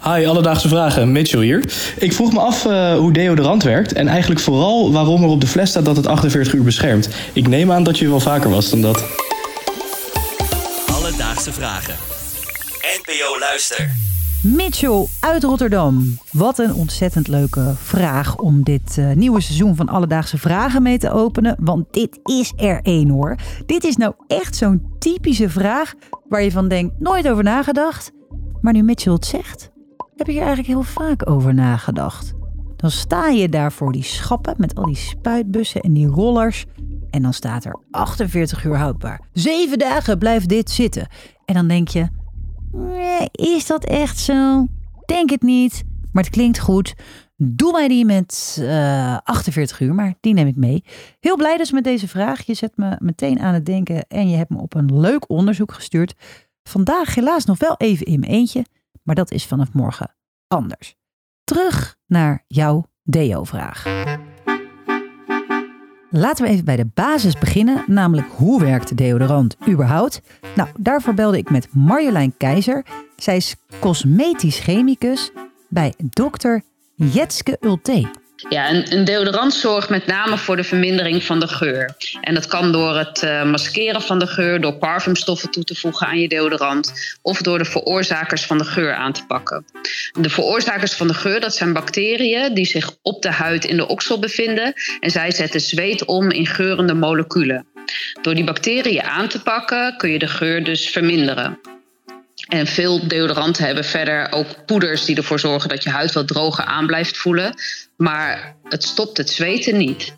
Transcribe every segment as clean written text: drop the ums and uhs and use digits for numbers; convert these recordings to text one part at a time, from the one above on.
Hi, Alledaagse Vragen. Mitchell hier. Ik vroeg me af hoe deodorant werkt en eigenlijk vooral waarom er op de fles staat dat het 48 uur beschermt. Ik neem aan dat je wel vaker was dan dat. Alledaagse Vragen. NPO Luister. Mitchell uit Rotterdam. Wat een ontzettend leuke vraag om dit nieuwe seizoen van Alledaagse Vragen mee te openen. Want dit is er één hoor. Dit is nou echt zo'n typische vraag waar je van denkt, nooit over nagedacht. Maar nu Mitchell het zegt, heb ik er eigenlijk heel vaak over nagedacht. Dan sta je daar voor die schappen met al die spuitbussen en die rollers. En dan staat er 48 uur houdbaar. 7 dagen blijft dit zitten. En dan denk je, nee, is dat echt zo? Denk het niet, maar het klinkt goed. Doe mij die met 48 uur, maar die neem ik mee. Heel blij dus met deze vraag. Je zet me meteen aan het denken en je hebt me op een leuk onderzoek gestuurd. Vandaag helaas nog wel even in mijn eentje, maar dat is vanaf morgen anders. Terug naar jouw deo-vraag. Laten we even bij de basis beginnen, namelijk hoe werkt deodorant überhaupt? Nou, daarvoor belde ik met Marjolein Keizer. Zij is cosmetisch chemicus bij dokter Jetske Ulte. Ja, een deodorant zorgt met name voor de vermindering van de geur. En dat kan door het maskeren van de geur, door parfumstoffen toe te voegen aan je deodorant of door de veroorzakers van de geur aan te pakken. De veroorzakers van de geur, dat zijn bacteriën die zich op de huid in de oksel bevinden en zij zetten zweet om in geurende moleculen. Door die bacteriën aan te pakken kun je de geur dus verminderen. En veel deodoranten hebben verder ook poeders die ervoor zorgen dat je huid wat droger aan blijft voelen. Maar het stopt het zweten niet.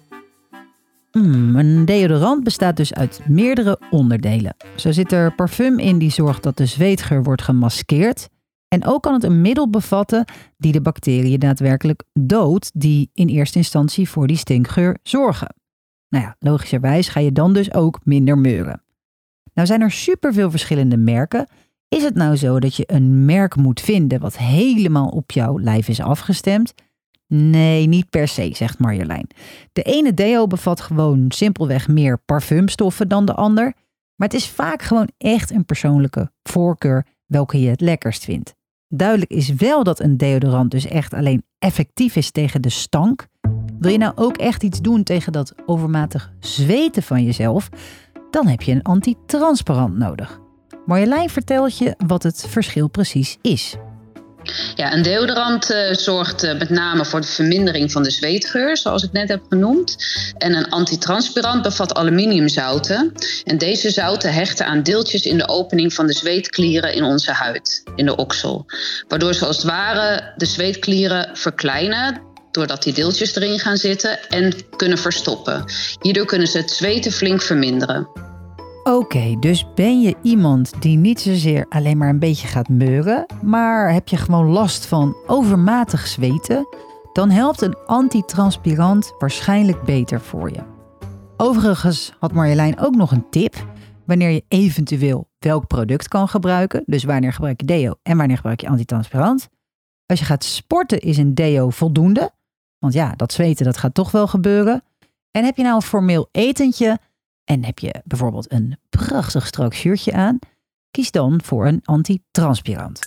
Een deodorant bestaat dus uit meerdere onderdelen. Zo zit er parfum in die zorgt dat de zweetgeur wordt gemaskeerd. En ook kan het een middel bevatten die de bacteriën daadwerkelijk doodt die in eerste instantie voor die stinkgeur zorgen. Nou ja, logischerwijs ga je dan dus ook minder meuren. Nou zijn er superveel verschillende merken. Is het nou zo dat je een merk moet vinden wat helemaal op jouw lijf is afgestemd? Nee, niet per se, zegt Marjolein. De ene deo bevat gewoon simpelweg meer parfumstoffen dan de ander. Maar het is vaak gewoon echt een persoonlijke voorkeur welke je het lekkerst vindt. Duidelijk is wel dat een deodorant dus echt alleen effectief is tegen de stank. Wil je nou ook echt iets doen tegen dat overmatig zweten van jezelf? Dan heb je een antitransparant nodig. Marjolein vertelt je wat het verschil precies is. Ja, een deodorant zorgt met name voor de vermindering van de zweetgeur, zoals ik net heb genoemd. En een antitranspirant bevat aluminiumzouten. En deze zouten hechten aan deeltjes in de opening van de zweetklieren in onze huid, in de oksel. Waardoor ze als het ware de zweetklieren verkleinen, doordat die deeltjes erin gaan zitten en kunnen verstoppen. Hierdoor kunnen ze het zweten flink verminderen. Oké, dus ben je iemand die niet zozeer alleen maar een beetje gaat meuren, maar heb je gewoon last van overmatig zweten, dan helpt een antitranspirant waarschijnlijk beter voor je. Overigens had Marjolein ook nog een tip wanneer je eventueel welk product kan gebruiken. Dus wanneer gebruik je deo en wanneer gebruik je antitranspirant. Als je gaat sporten is een deo voldoende, want ja, dat zweten dat gaat toch wel gebeuren. En heb je nou een formeel etentje en heb je bijvoorbeeld een prachtig strak shirtje aan, kies dan voor een antitranspirant.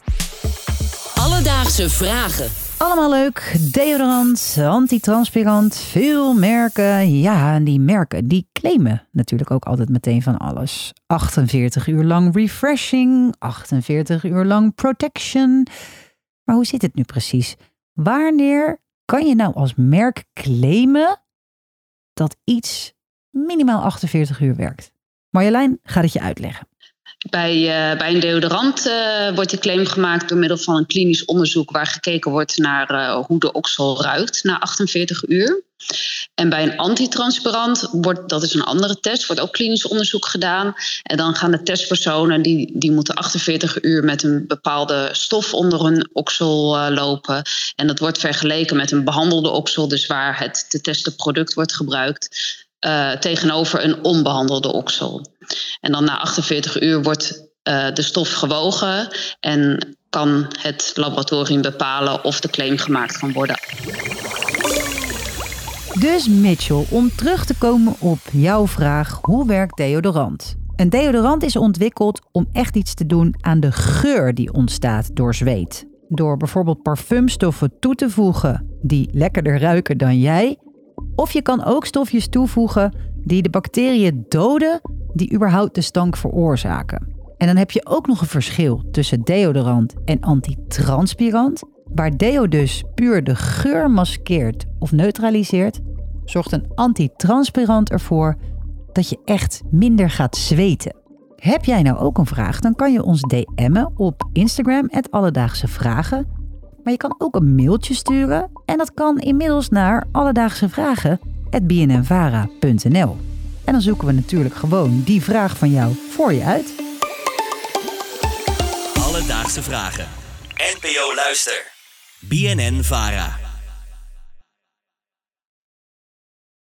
Alledaagse Vragen. Allemaal leuk. Deodorant, antitranspirant, veel merken. Ja, en die merken die claimen natuurlijk ook altijd meteen van alles. 48 uur lang refreshing, 48 uur lang protection. Maar hoe zit het nu precies? Wanneer kan je nou als merk claimen dat iets minimaal 48 uur werkt? Marjolein gaat het je uitleggen. Bij een deodorant wordt die claim gemaakt door middel van een klinisch onderzoek waar gekeken wordt naar hoe de oksel ruikt na 48 uur. En bij een antitranspirant dat is een andere test, wordt ook klinisch onderzoek gedaan. En dan gaan de testpersonen, die moeten 48 uur met een bepaalde stof onder hun oksel lopen. En dat wordt vergeleken met een behandelde oksel, dus waar het te testen product wordt gebruikt, tegenover een onbehandelde oksel. En dan na 48 uur wordt de stof gewogen en kan het laboratorium bepalen of de claim gemaakt kan worden. Dus Mitchell, om terug te komen op jouw vraag, hoe werkt deodorant? Een deodorant is ontwikkeld om echt iets te doen aan de geur die ontstaat door zweet. door bijvoorbeeld parfumstoffen toe te voegen die lekkerder ruiken dan jij. Of je kan ook stofjes toevoegen die de bacteriën doden die überhaupt de stank veroorzaken. En dan heb je ook nog een verschil tussen deodorant en antitranspirant. Waar deo dus puur de geur maskeert of neutraliseert, zorgt een antitranspirant ervoor dat je echt minder gaat zweten. Heb jij nou ook een vraag, dan kan je ons DM'en op Instagram @alledaagsevragen. Maar je kan ook een mailtje sturen en dat kan inmiddels naar alledaagsevragen@bnnvara.nl. En dan zoeken we natuurlijk gewoon die vraag van jou voor je uit. Alledaagse vragen. NPO Luister. BNN Vara.